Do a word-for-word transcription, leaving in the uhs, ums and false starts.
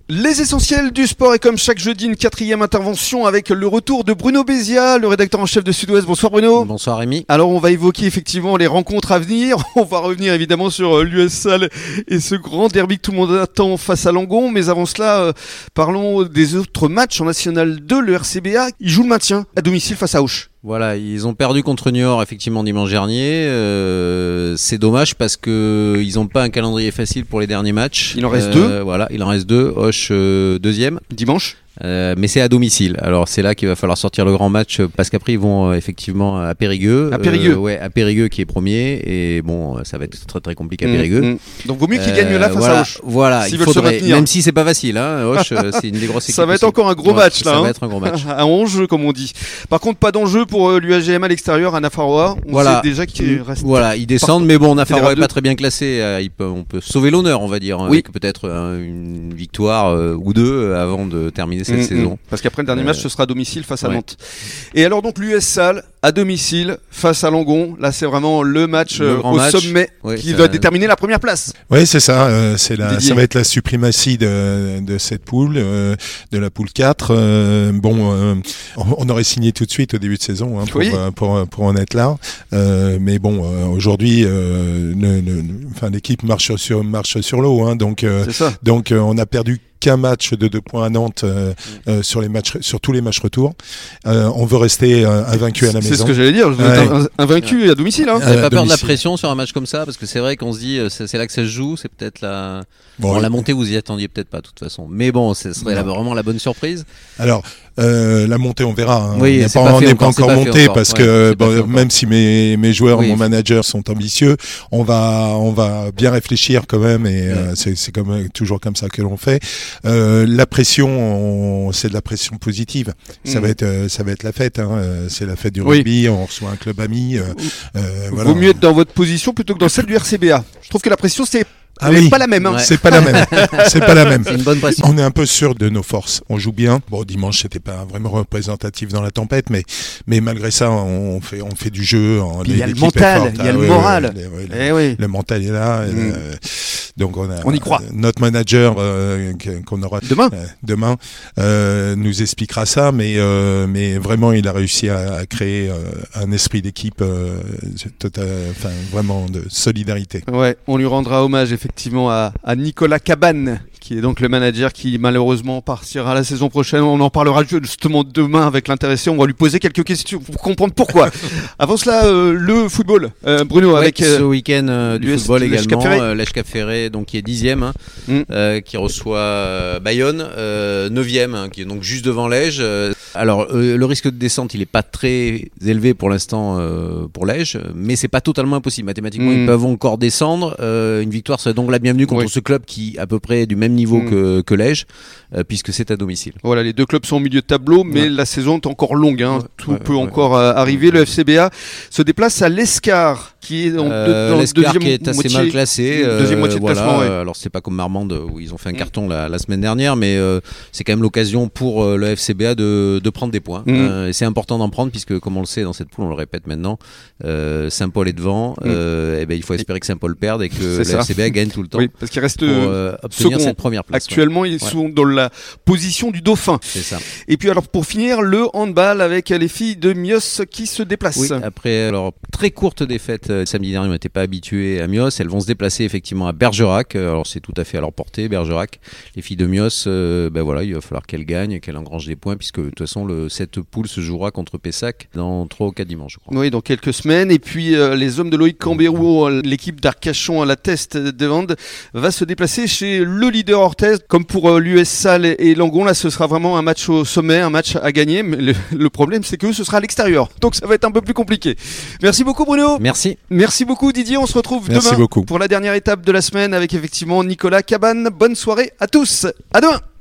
Les essentiels du sport et comme chaque jeudi, une quatrième intervention avec le retour de Bruno Bézia, le rédacteur en chef de Sud-Ouest. Bonsoir Bruno. Bonsoir Rémi. Alors on va évoquer effectivement les rencontres à venir. On va revenir évidemment sur l'U S Salle et ce grand derby que tout le monde attend face à Langon. Mais avant cela, euh, parlons des autres matchs en National deux. Le R C B A, il joue le maintien à domicile face à Auch. Voilà, ils ont perdu contre Niort effectivement dimanche dernier. Euh, c'est dommage parce que ils n'ont pas un calendrier facile pour les derniers matchs. Il en reste euh, deux. Voilà, il en reste deux. Auch euh, deuxième. Dimanche. Euh, mais c'est à domicile. Alors c'est là qu'il va falloir sortir le grand match parce qu'après ils vont euh, effectivement à Périgueux. À Périgueux. Euh, ouais, à Périgueux qui est premier et bon, ça va être très très compliqué à Périgueux. Mmh, mmh. Donc vaut mieux qu'ils euh, gagnent là face voilà, à Auch. Voilà, S'ils il veulent se faudrait, maintenir. même si c'est pas facile. Hein, Auch, c'est une des grosses équipes. Ça va être aussi. encore un gros Ouais, match là. Ça hein. va être un gros match. Un enjeu comme on dit. Par contre, pas d'enjeu pour euh, l'U A G M à l'extérieur à Nafarroa. On Voilà. sait déjà qu'il reste. Voilà, ils descendent, mais bon, Nafarroa est deux. pas très bien classé. Euh, il peut, on peut sauver l'honneur, on va dire, hein, Oui. avec peut-être euh, une victoire euh, ou deux euh, avant de terminer cette Mmh, saison. mmh. Parce qu'après le dernier Euh, match, ce sera à domicile face à ouais. Nantes. Et alors donc l'U S Salle à domicile face à Langon. Là, c'est vraiment le match Le euh, grand au match. sommet Ouais, qui ça- doit déterminer la première place. Oui, c'est ça. Euh, c'est la, Didier. ça va être la suprématie de, de cette poule, euh, de la poule quatre. Euh, bon, euh, on, on aurait signé tout de suite au début de saison hein, pour, Oui. euh, pour, pour en être là. Euh, mais bon, euh, aujourd'hui, euh, le- le- le- enfin, l'équipe marche sur, marche sur l'eau. Hein, donc, euh, C'est ça. donc euh, on a perdu qu'un match de deux points à Nantes euh, euh, sur les matchs, sur tous les matchs retour. Euh, on veut rester euh, invaincu à la C'est maison. ce que j'allais dire. Vous êtes Ouais. un- invaincu à domicile. Hein. Vous n'avez à pas peur de la domicile. pression sur un match comme ça? Parce que c'est vrai qu'on se dit, euh, c'est c'est là que ça se joue, c'est peut-être la... Bon, Bon, la montée, vous y attendiez peut-être pas, de toute façon. Mais bon, ce serait la- vraiment la bonne surprise. Alors, euh, la montée, on verra. Hein. Oui, on n'est c'est pas, pas on fait n'est encore, pas c'est encore pas fait monté encore. parce Ouais, que c'est pas bon, fait encore. même si mes, mes joueurs, Oui. mon manager sont ambitieux, on va, on va bien réfléchir quand même et Ouais. euh, c'est, c'est comme, toujours comme ça que l'on fait. Euh, la pression, on- c'est de la pression positive. Ça Mhm. va être, euh, ça va être la fête. Hein. Euh, C'est la fête du Oui. rugby. On reçoit un club ami. Euh, euh, voilà. Vaut mieux être dans votre position plutôt que dans celle du R C B A. Je trouve que la pression, c'est Ah elle est oui. pas la même. Hein. Ouais. C'est pas la même. C'est pas la même. C'est une bonne pression. On est un peu sûr de nos forces. On joue bien. Bon, dimanche, c'était pas vraiment représentatif dans la tempête, mais, mais malgré ça, on fait, on fait du jeu. En, Puis il y a le l'équipe est mental, forte. il y a Ah le ouais, moral. ouais, ouais, le, Eh oui. le mental est là. Mm. euh, donc on a. On y croit. euh, Notre manager euh, que- qu'on aura Demain. euh, demain euh, nous expliquera ça, mais euh, mais vraiment, il a réussi à, à créer euh, un esprit d'équipe, euh, total, enfin vraiment de solidarité. Ouais, on lui rendra hommage effectivement à, à Nicolas Cabane, qui est donc le manager qui malheureusement partira la saison prochaine. On en parlera justement demain avec l'intéressé. On va lui poser quelques questions pour comprendre pourquoi. Avant cela, euh, le football, euh, Bruno, Ouais, avec ce euh, week-end euh, du l'U S football Lèche également, Cap Ferré. euh, Lèche Cap Ferré, donc qui est dixième, hein, Mm. euh, qui reçoit euh, Bayonne, euh, neuvième, hein, qui est donc juste devant Lège. Euh, alors euh, le risque de descente, il est pas très élevé pour l'instant euh, pour Lège, mais c'est pas totalement impossible. Mathématiquement, Mm. ils peuvent encore descendre. Euh, une victoire serait donc la bienvenue contre Oui. ce club qui à peu près est du même niveau Mm. que, que Lège, euh, puisque c'est à domicile. voilà, les deux clubs sont au milieu de tableau, mais Ouais. la saison est encore longue. Hein. Ouais, Tout ouais, peut ouais. encore euh, arriver. Le F C B A se déplace à l'Escar, qui est en Euh, deux- dans le L'Escar deuxième qui est assez moitié. mal classé. euh, deuxième moitié de voilà, classement, ouais. euh, Alors c'est pas comme Marmande où ils ont fait un Mm. carton la, la semaine dernière, mais euh, c'est quand même l'occasion pour euh, le F C B A de, de prendre des points. Mm. Euh, et c'est important d'en prendre puisque comme on le sait dans cette poule, on le répète maintenant, euh, Saint-Paul est devant. Euh, et ben il faut espérer que Saint-Paul perde et que C'est le ça. F C B A gagne tout le temps Oui, parce qu'il reste pour euh, euh, obtenir second. cette première place. ouais. Actuellement, ils Ouais. sont dans la position du dauphin. C'est ça. Et puis alors pour finir, le handball avec les filles de Mios qui se déplacent. Oui, après alors très courte défaite euh, samedi dernier, on n'était pas habitué à Mios. Elles vont se déplacer effectivement à Bergerac. Euh, Alors c'est tout à fait à leur portée, Bergerac. Les filles de Mios, euh, ben voilà, il va falloir qu'elles gagnent, qu'elles engrangent des points, puisque de toute façon le, cette poule se jouera contre Pessac dans trois ou quatre dimanches, je crois. Oui, dans quelques semaines. Et puis euh, les hommes de Loïc Cambérou, euh, l'équipe d'Arcachon à la Teste de Vende, va se déplacer chez le leader Orthez. Comme pour euh, l'U S Salle et, et Langon, là ce sera vraiment un match au sommet, un match à gagner. Mais le, le problème c'est que ce sera à l'extérieur. Donc ça va être un peu plus compliqué. Merci beaucoup Bruno. Merci. Merci beaucoup Didier. On se retrouve Merci demain beaucoup. pour la dernière étape de la semaine avec effectivement Nicolas Cabane. Bonne soirée à tous. À demain.